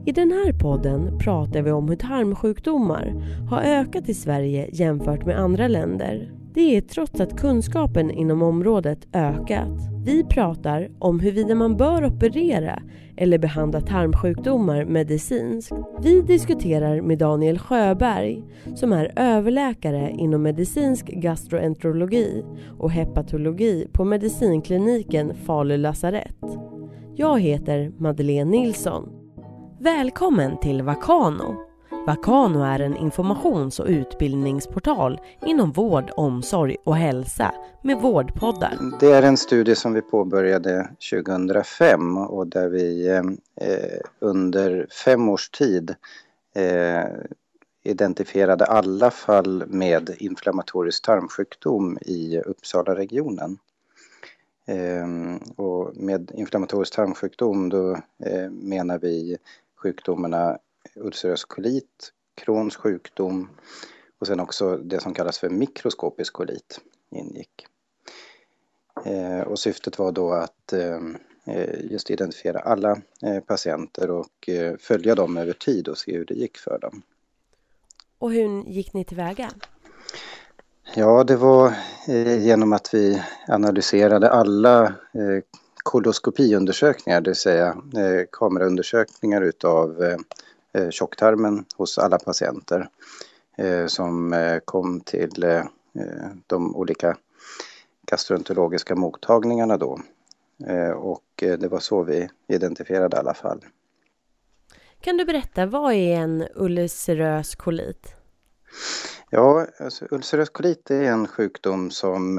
I den här podden pratar vi om hur tarmsjukdomar har ökat i Sverige jämfört med andra länder. Det är trots att kunskapen inom området ökat. Vi pratar om huruvida man bör operera eller behandla tarmsjukdomar medicinskt. Vi diskuterar med Daniel Sjöberg som är överläkare inom medicinsk gastroenterologi och hepatologi på medicinkliniken Falu lasarett. Jag heter Madeleine Nilsson. Välkommen till Vakano. Vakano är en informations- och utbildningsportal inom vård, omsorg och hälsa med vårdpoddar. Det är en studie som vi påbörjade 2005 och där vi under 5 års tid identifierade alla fall med inflammatorisk tarmsjukdom i Uppsala-regionen. Och med inflammatorisk tarmsjukdom då menar vi sjukdomarna ulcerös kolit, Crohns sjukdom och sen också det som kallas för mikroskopisk kolit ingick. Och syftet var då att just identifiera alla patienter och följa dem över tid och se hur det gick för dem. Och hur gick ni tillväga? Ja, det var genom att vi analyserade alla koloskopiundersökningar, det vill säga kameraundersökningar utav tjocktarmen hos alla patienter som kom till de olika gastroenterologiska mottagningarna då. Och det var så vi identifierade alla fall. Kan du berätta, vad är en ulcerös kolit? Ja, alltså, ulcerös kolit är en sjukdom som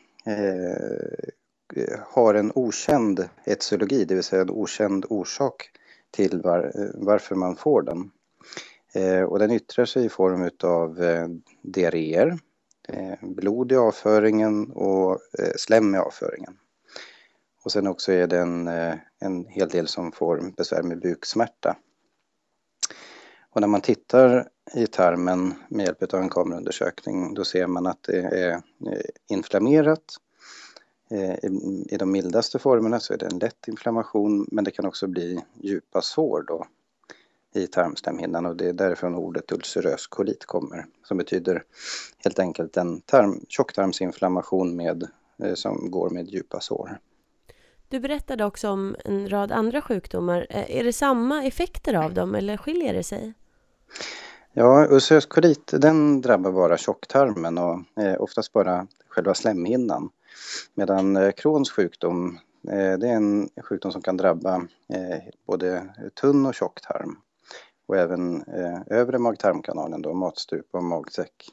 har en okänd etiologi, det vill säga en okänd orsak till varför man får den. Och den yttrar sig i form av diarréer, blod i avföringen och slem i avföringen. Och sen också är det en hel del som får besvär med buksmärta. Och när man tittar i tarmen med hjälp av en kameraundersökning då ser man att det är inflammerat. I de mildaste formerna så är det en lätt inflammation, men det kan också bli djupa sår då i tarmslemhinnan och det är därifrån ordet ulcerös kolit kommer, som betyder helt enkelt en tjocktarmsinflammation som går med djupa sår. Du berättade också om en rad andra sjukdomar. Är det samma effekter av dem eller skiljer det sig? Ja, ulcerös kolit den drabbar bara tjocktarmen och oftast bara själva slemhinnan. Medan Crohns sjukdom, det är en sjukdom som kan drabba både tunn och tjocktarm. Och även övre mag-tarmkanalen då, matstrupe och magsäck.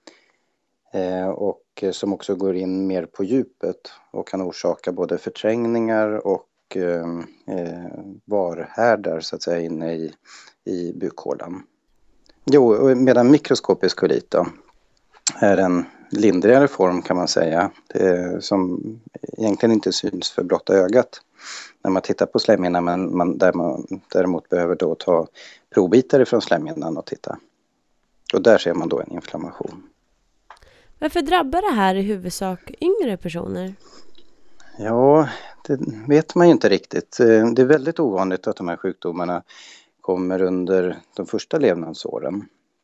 Och som också går in mer på djupet och kan orsaka både förträngningar och varhärdar så att säga inne i bukhålan. Jo, medan mikroskopisk kolit då är en lindrigare form kan man säga, som egentligen inte syns för blotta ögat när man tittar på slemhinnan, men där man däremot behöver då ta provbitar ifrån slemhinnan och titta. Och där ser man då en inflammation. Varför drabbar det här i huvudsak yngre personer? Ja, det vet man ju inte riktigt. Det är väldigt ovanligt att de här sjukdomarna kommer under de första levnadsåren.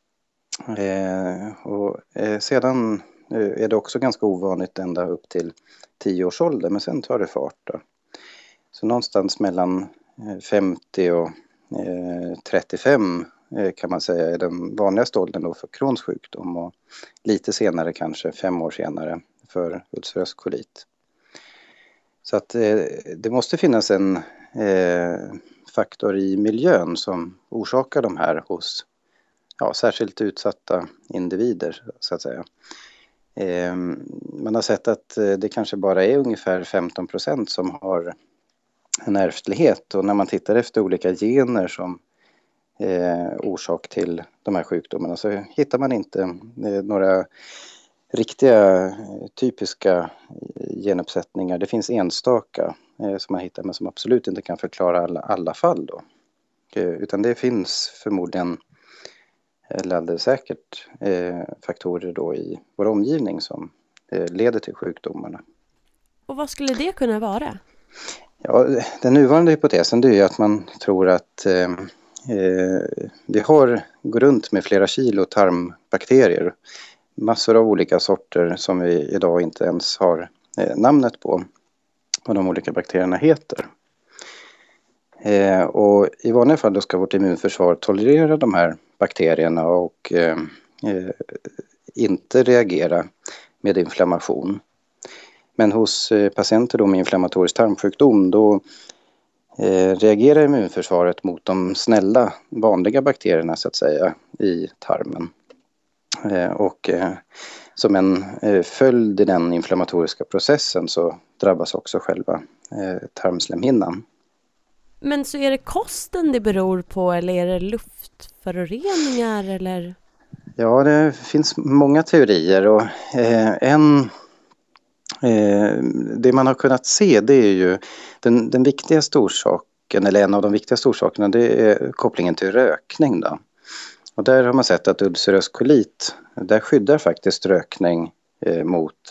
Och sedan är det också ganska ovanligt ända upp till 10 års ålder, men sen tar det fart då. Så någonstans mellan 50 och 35 kan man säga är den vanligaste åldern då för Crohns sjukdom och lite senare kanske 5 år senare för ulcerös kolit. Så att det måste finnas en faktor i miljön som orsakar de här hos särskilt utsatta individer så att säga. Man har sett att det kanske bara är ungefär 15% som har en ärftlighet och när man tittar efter olika gener som orsak till de här sjukdomarna så hittar man inte några riktiga typiska genuppsättningar. Det finns enstaka som man hittar men som absolut inte kan förklara alla fall då. Utan det finns förmodligen eller alldeles säkert faktorer då i vår omgivning som leder till sjukdomarna. Och vad skulle det kunna vara? Ja, den nuvarande hypotesen det är ju att man tror att vi går runt med flera kilo tarmbakterier. Massor av olika sorter som vi idag inte ens har namnet på vad de olika bakterierna heter. Och i vanliga fall då ska vårt immunförsvar tolerera de här bakterierna och inte reagera med inflammation. Men hos patienter då med inflammatorisk tarmsjukdom då reagerar immunförsvaret mot de snälla vanliga bakterierna så att säga i tarmen. Och som en följd i den inflammatoriska processen så drabbas också själva tarmslemhinnan. Men så är det kosten det beror på eller är det luftföroreningar eller? Ja, det finns många teorier och det man har kunnat se det är ju den viktigaste orsaken, eller en av de viktigaste orsakerna, det är kopplingen till rökning då. Och där har man sett att ulcerös kolit, där skyddar faktiskt rökning mot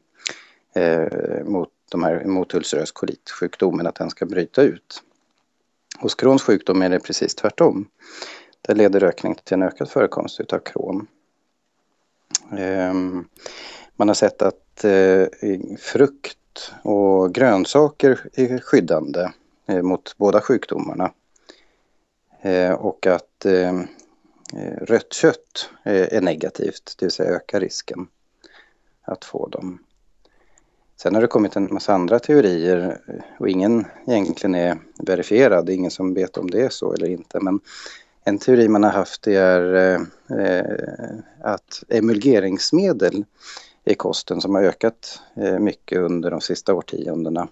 ulcerös kolitsjukdomen, att den ska bryta ut. Hos Crohns sjukdom är det precis tvärtom. Där leder rökning till en ökad förekomst utav Crohn. Man har sett att frukt och grönsaker är skyddande mot båda sjukdomarna. Och att rött kött är negativt, det vill säga ökar risken att få dem. Sen har det kommit en massa andra teorier och ingen egentligen är verifierad. Det är ingen som vet om det är så eller inte. Men en teori man har haft är att emulgeringsmedel i kosten som har ökat mycket under de sista årtiondena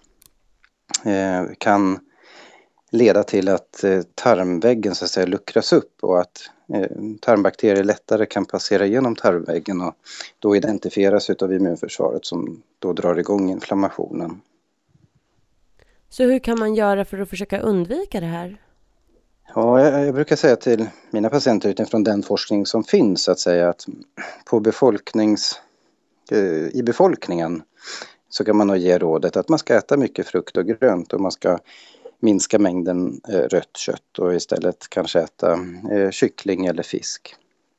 kan leda till att tarmväggen så att säga luckras upp och att tarmbakterier lättare kan passera igenom tarmväggen och då identifieras utav immunförsvaret som då drar igång inflammationen. Så hur kan man göra för att försöka undvika det här? Ja, jag brukar säga till mina patienter utifrån den forskning som finns att säga att i befolkningen så kan man nog ge rådet att man ska äta mycket frukt och grönt och man ska minska mängden rött kött och istället kanske äta kyckling eller fisk.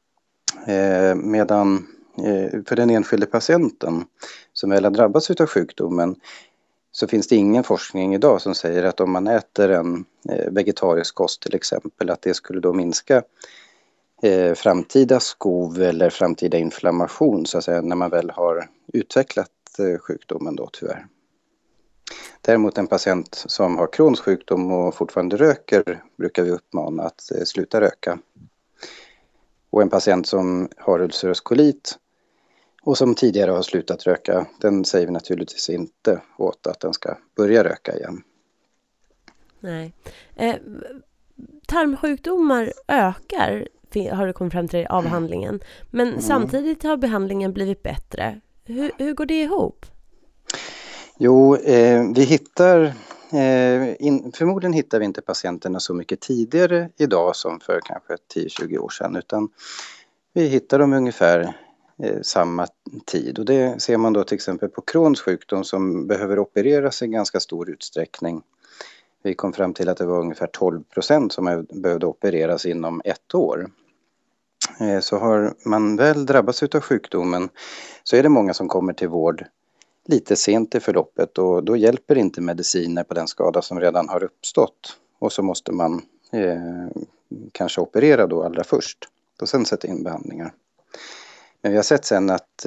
Medan för den enskilde patienten som väl har drabbats av sjukdomen så finns det ingen forskning idag som säger att om man äter en vegetarisk kost till exempel att det skulle då minska framtida skov eller framtida inflammation så att säga när man väl har utvecklat sjukdomen då tyvärr. Däremot en patient som har Crohns sjukdom och fortfarande röker brukar vi uppmana att sluta röka. Och en patient som har ulcerös kolit och som tidigare har slutat röka, den säger vi naturligtvis inte åt att den ska börja röka igen. Nej. Tarmsjukdomar ökar, har det kommit fram till i avhandlingen. Men samtidigt har behandlingen blivit bättre. Hur går det ihop? Jo, vi hittar, förmodligen hittar vi inte patienterna så mycket tidigare idag som för kanske 10-20 år sedan utan vi hittar dem ungefär samma tid och det ser man då till exempel på Crohns sjukdom som behöver opereras i ganska stor utsträckning. Vi kom fram till att det var ungefär 12% som behövde opereras inom 1 år. Så har man väl drabbats av sjukdomen så är det många som kommer till vård lite sent i förloppet och då hjälper inte mediciner på den skada som redan har uppstått. Och så måste man kanske operera då allra först och sen sätta in behandlingar. Men vi har sett sen att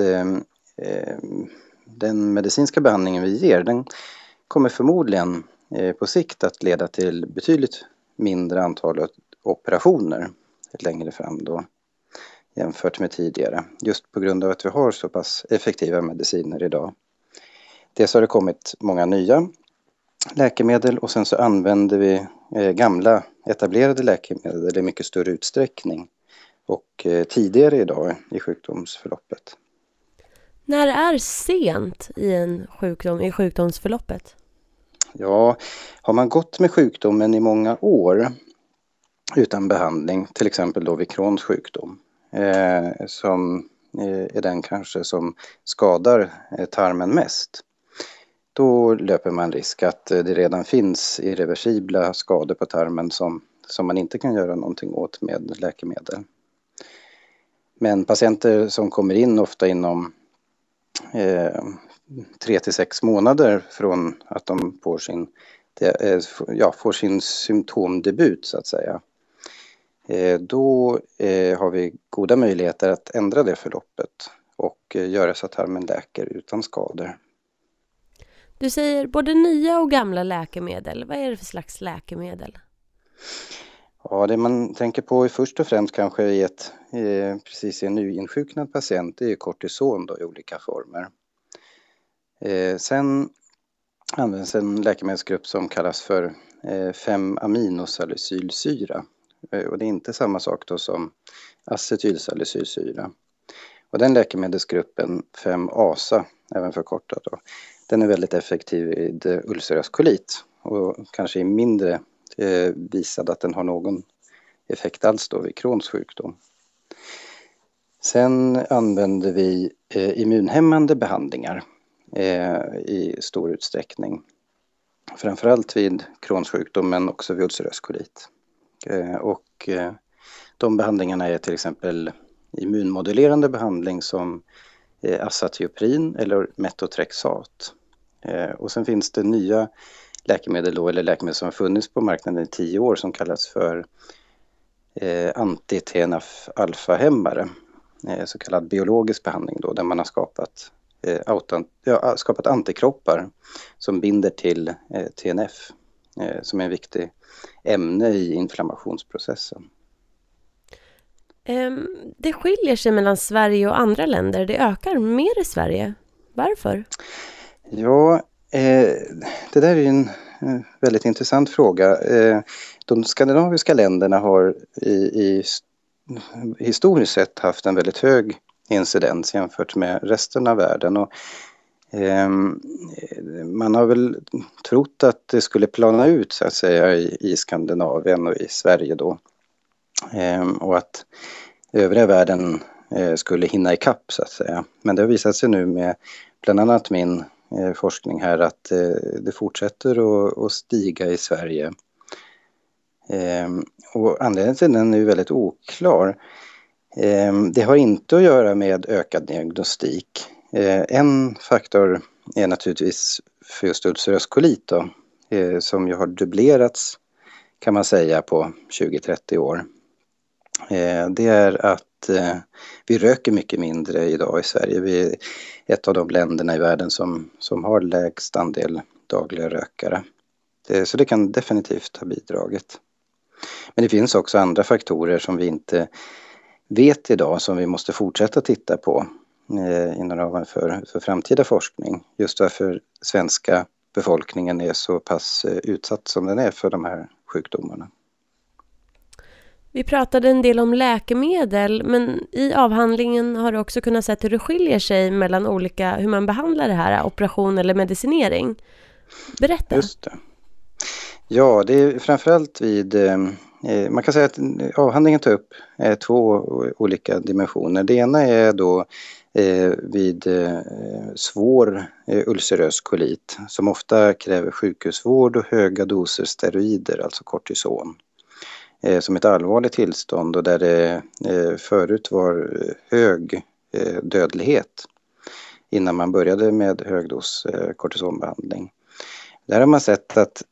den medicinska behandlingen vi ger den kommer förmodligen på sikt att leda till betydligt mindre antal operationer längre fram då jämfört med tidigare. Just på grund av att vi har så pass effektiva mediciner idag. Dels har det kommit många nya läkemedel och sen så använder vi gamla etablerade läkemedel i mycket större utsträckning och tidigare idag i sjukdomsförloppet. När är sent i en sjukdom, i sjukdomsförloppet? Ja, har man gått med sjukdomen i många år utan behandling, till exempel då vid Crohns sjukdom, som är den kanske som skadar tarmen mest, då löper man risk att det redan finns irreversibla skador på tarmen som som man inte kan göra någonting åt med läkemedel. Men patienter som kommer in ofta inom 3 till 6 månader från att de får sin symptomdebut så att säga. Då har vi goda möjligheter att ändra det förloppet och göra så att tarmen läker utan skador. Du säger både nya och gamla läkemedel. Vad är det för slags läkemedel? Ja, det man tänker på är först och främst kanske precis i en nyinsjuknad patient, det är kortison då, i olika former. Sen används en läkemedelsgrupp som kallas för 5-aminosalicylsyra. Och det är inte samma sak då som acetylsalicylsyra. Och den läkemedelsgruppen 5-ASA, även förkortat då, den är väldigt effektiv vid ulcerös kolit och kanske är mindre visad att den har någon effekt alls då vid Crohns sjukdom. Sen använder vi immunhämmande behandlingar i stor utsträckning. Framförallt vid Crohns sjukdom men också vid ulcerös kolit. Och de behandlingarna är till exempel immunmodulerande behandling som azathioprine eller metotrexat. Och sen finns det nya läkemedel då, eller läkemedel som har funnits på marknaden i 10 år som kallas för anti-TNF-alfa-hämmare. Så kallad biologisk behandling då, där man har skapat antikroppar som binder till TNF som är en viktig ämne i inflammationsprocessen. Det skiljer sig mellan Sverige och andra länder. Det ökar mer i Sverige. Varför? Ja, det där är en väldigt intressant fråga. De skandinaviska länderna har historiskt sett haft en väldigt hög incidens jämfört med resten av världen. Och, man har väl trott att det skulle plana ut så att säga i Skandinavien och i Sverige då. Och att övriga världen skulle hinna ikapp så att säga. Men det har visat sig nu med bland annat min forskning här att det fortsätter att stiga i Sverige. Och anledningen till den är ju väldigt oklar. Det har inte att göra med ökad diagnostik. En faktor är naturligtvis för just ulcerös kolit då, som ju har dubblerats kan man säga på 20-30 år. Det är att vi röker mycket mindre idag i Sverige. Vi är ett av de länderna i världen som har lägst andel dagliga rökare. Så det kan definitivt ha bidragit. Men det finns också andra faktorer som vi inte vet idag som vi måste fortsätta titta på inom ramen för framtida forskning. Just varför svenska befolkningen är så pass utsatt som den är för de här sjukdomarna. Vi pratade en del om läkemedel, men i avhandlingen har du också kunnat se hur det skiljer sig mellan olika, hur man behandlar det här, operation eller medicinering. Berätta. Just det. Ja, det är framförallt man kan säga att avhandlingen tar upp 2 olika dimensioner. Det ena är då vid svår ulcerös kolit som ofta kräver sjukhusvård och höga doser steroider, alltså kortison. Som ett allvarligt tillstånd och där det förut var hög dödlighet innan man började med högdos kortisonbehandling. Där har man sett att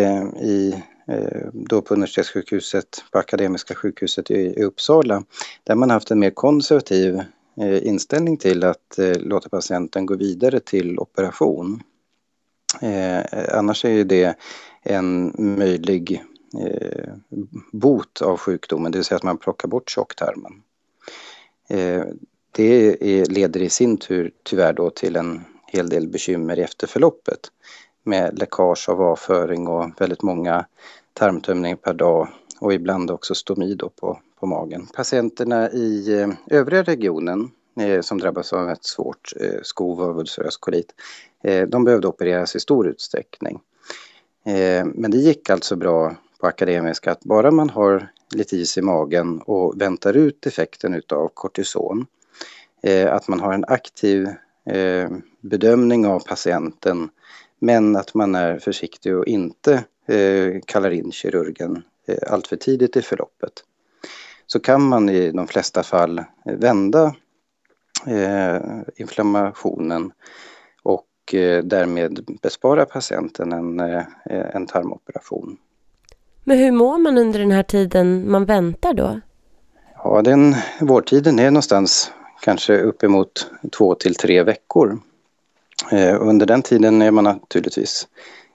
då på universitetssjukhuset, på Akademiska sjukhuset i Uppsala, där man haft en mer konservativ inställning till att låta patienten gå vidare till operation. Annars är ju det en möjlig bot av sjukdomen, det vill säga att man plockar bort tjocktarmen. Det leder i sin tur tyvärr då till en hel del bekymmer i efterförloppet med läckage av avföring och väldigt många tarmtömningar per dag och ibland också stomi då på magen. Patienterna i övriga regionen som drabbas av ett svårt skov av ulcerös kolit, de behövde opereras i stor utsträckning. Men det gick alltså bra på Akademiska att bara man har lite is i magen och väntar ut effekten utav kortison, att man har en aktiv bedömning av patienten men att man är försiktig och inte kallar in kirurgen allt för tidigt i förloppet, så kan man i de flesta fall vända inflammationen och därmed bespara patienten en tarmoperation. Men hur mår man under den här tiden man väntar då? Ja, vårdtiden är någonstans kanske uppemot 2 till 3 veckor. Under den tiden är man naturligtvis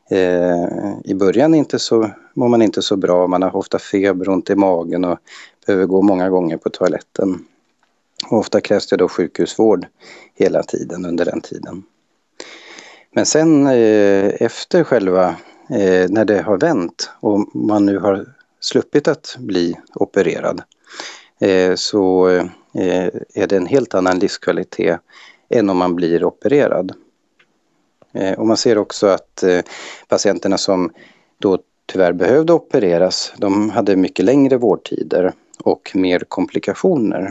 i början mår man inte så bra. Man har ofta feber, ont i magen och behöver gå många gånger på toaletten. Och ofta krävs det då sjukhusvård hela tiden under den tiden. Men sen efter själva, när det har vänt och man nu har sluppit att bli opererad, så är det en helt annan livskvalitet än om man blir opererad. Och man ser också att patienterna som då tyvärr behövde opereras, de hade mycket längre vårdtider och mer komplikationer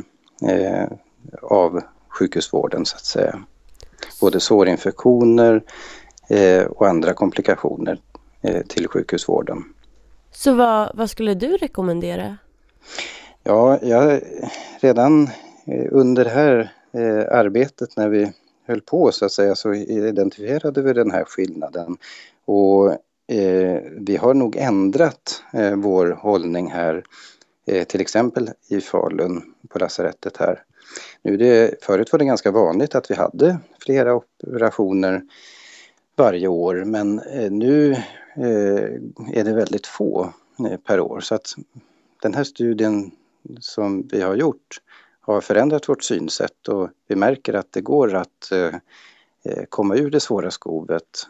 av sjukhusvården så att säga. Både sårinfektioner och andra komplikationer till sjukhusvården. Så vad skulle du rekommendera? Ja, redan under det här arbetet när vi höll på så att säga, så identifierade vi den här skillnaden. Och vi har nog ändrat vår hållning här, till exempel i Falun på lasarettet här. Förut var det ganska vanligt att vi hade flera operationer varje år, men nu är det väldigt få per år. Så att den här studien som vi har gjort har förändrat vårt synsätt och vi märker att det går att komma ur det svåra skovet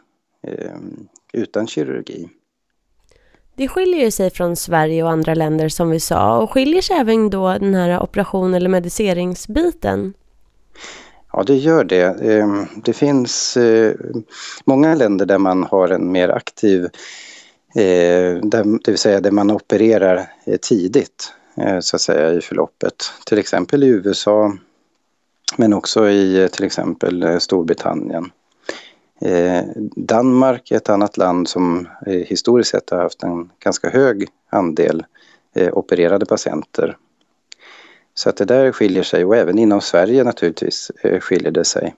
utan kirurgi. Det skiljer ju sig från Sverige och andra länder som vi sa, och skiljer sig även då den här operation- eller mediceringsbiten? Ja, det gör det. Det finns många länder där man har en mer aktiv, det vill säga där man opererar tidigt så att säga i förloppet. Till exempel i USA, men också i till exempel Storbritannien. Danmark är ett annat land som historiskt sett har haft en ganska hög andel opererade patienter. Så att det där skiljer sig, och även inom Sverige naturligtvis skiljer det sig.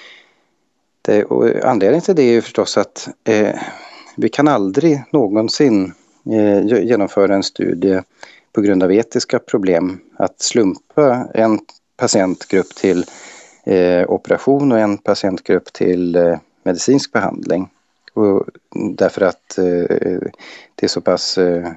Och anledningen till det är ju förstås att vi kan aldrig någonsin genomföra en studie på grund av etiska problem att slumpa en patientgrupp till operation och en patientgrupp till medicinsk behandling. Och därför att det är så pass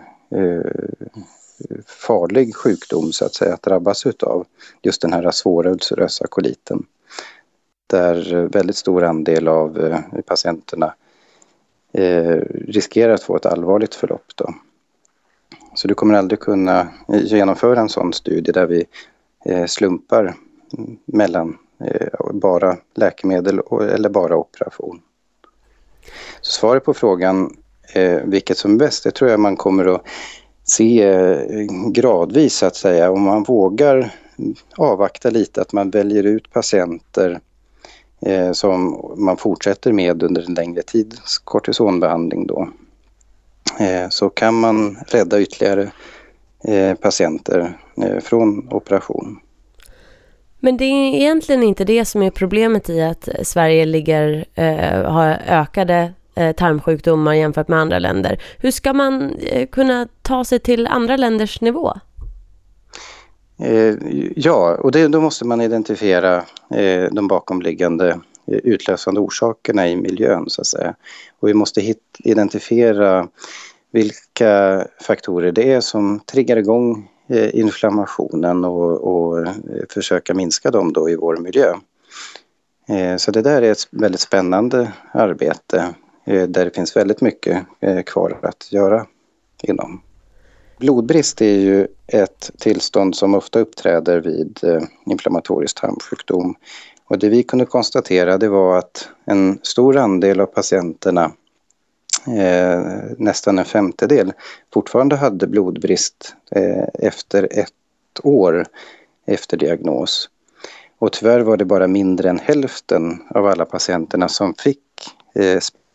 farlig sjukdom så att säga att drabbas utav just den här svåra ulcerösa koliten. Där väldigt stor andel av patienterna riskerar att få ett allvarligt förlopp då. Så du kommer aldrig kunna genomföra en sån studie där vi slumpar mellan bara läkemedel eller bara operation. Så svaret på frågan vilket som är bäst, det tror jag man kommer att se gradvis så att säga. Om man vågar avvakta lite, att man väljer ut patienter som man fortsätter med under en längre tid, kortisonbehandling då, så kan man rädda ytterligare patienter från operation. Men det är egentligen inte det som är problemet i att Sverige har ökade tarmsjukdomar jämfört med andra länder. Hur ska man kunna ta sig till andra länders nivå? Ja, och då måste man identifiera de bakomliggande utlösande orsakerna i miljön så att säga. Och vi måste identifiera vilka faktorer det är som triggar igång inflammationen och försöka minska dem då i vår miljö. Så det där är ett väldigt spännande arbete där det finns väldigt mycket kvar att göra inom. Blodbrist är ju ett tillstånd som ofta uppträder vid inflammatorisk tarmsjukdom. Och det vi kunde konstatera, det var att en stor andel av patienterna, nästan en femtedel, fortfarande hade blodbrist efter 1 år efter diagnos. Och tyvärr var det bara mindre än hälften av alla patienterna som fick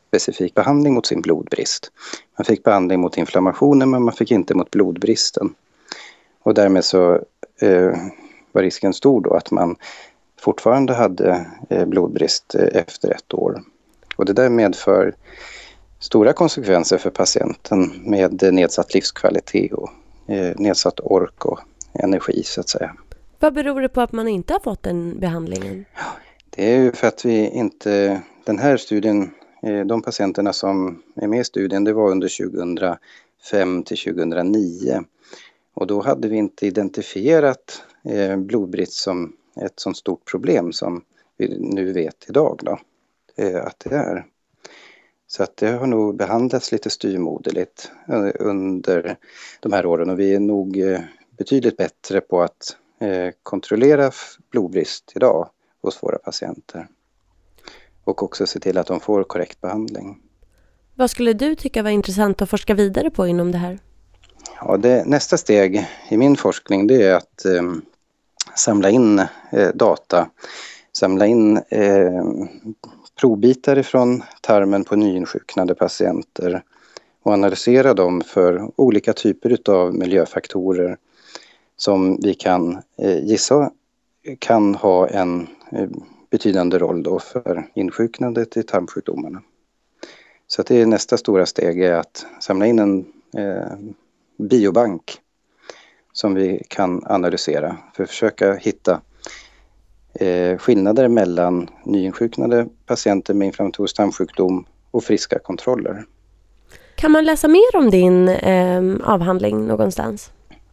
specifik behandling mot sin blodbrist. Man fick behandling mot inflammationen men man fick inte mot blodbristen. Och därmed så var risken stor då att man fortfarande hade blodbrist efter 1 år. Och det där medför stora konsekvenser för patienten med nedsatt livskvalitet och nedsatt ork och energi så att säga. Vad beror det på att man inte har fått den behandlingen? Det är ju för att vi inte, den här studien, de patienterna som är med i studien, det var under 2005 till 2009. Och då hade vi inte identifierat blodbrist som ett sådant stort problem som vi nu vet idag då, att det är. Så att det har nog behandlats lite styrmoderligt under de här åren och vi är nog betydligt bättre på att kontrollera blodbrist idag hos våra patienter. Och också se till att de får korrekt behandling. Vad skulle du tycka var intressant att forska vidare på inom det här? Ja, nästa steg i min forskning det är att samla in data. Samla in provbitar från tarmen på nyinsjuknade patienter och analysera dem för olika typer av miljöfaktorer som vi kan gissa kan ha en betydande roll då för insjuknandet i tarmsjukdomarna. Så att det är nästa stora steg är att samla in en biobank som vi kan analysera för att försöka hitta skillnader mellan nyinsjuknade patienter med inflammatorisk tarmsjukdom och friska kontroller. Kan man läsa mer om din avhandling någonstans?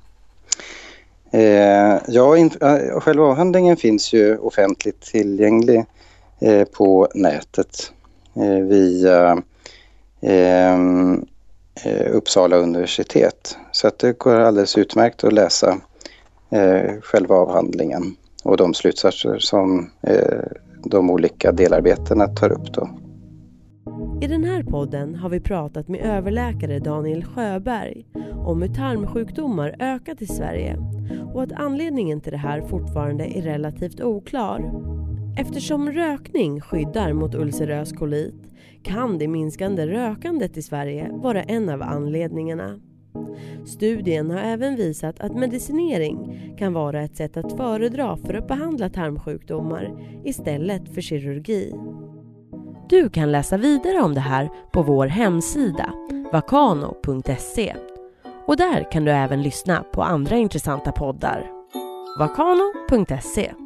Själva avhandlingen finns ju offentligt tillgänglig på nätet via Uppsala universitet. Så att det går alldeles utmärkt att läsa själva avhandlingen och de slutsatser som de olika delarbetena tar upp då. I den här podden har vi pratat med överläkare Daniel Sjöberg om hur tarmsjukdomar ökat i Sverige och att anledningen till det här fortfarande är relativt oklar. Eftersom rökning skyddar mot ulcerös kolit kan det minskande rökandet i Sverige vara en av anledningarna. Studien har även visat att medicinering kan vara ett sätt att föredra för att behandla tarmsjukdomar istället för kirurgi. Du kan läsa vidare om det här på vår hemsida vakano.se och där kan du även lyssna på andra intressanta poddar. vakano.se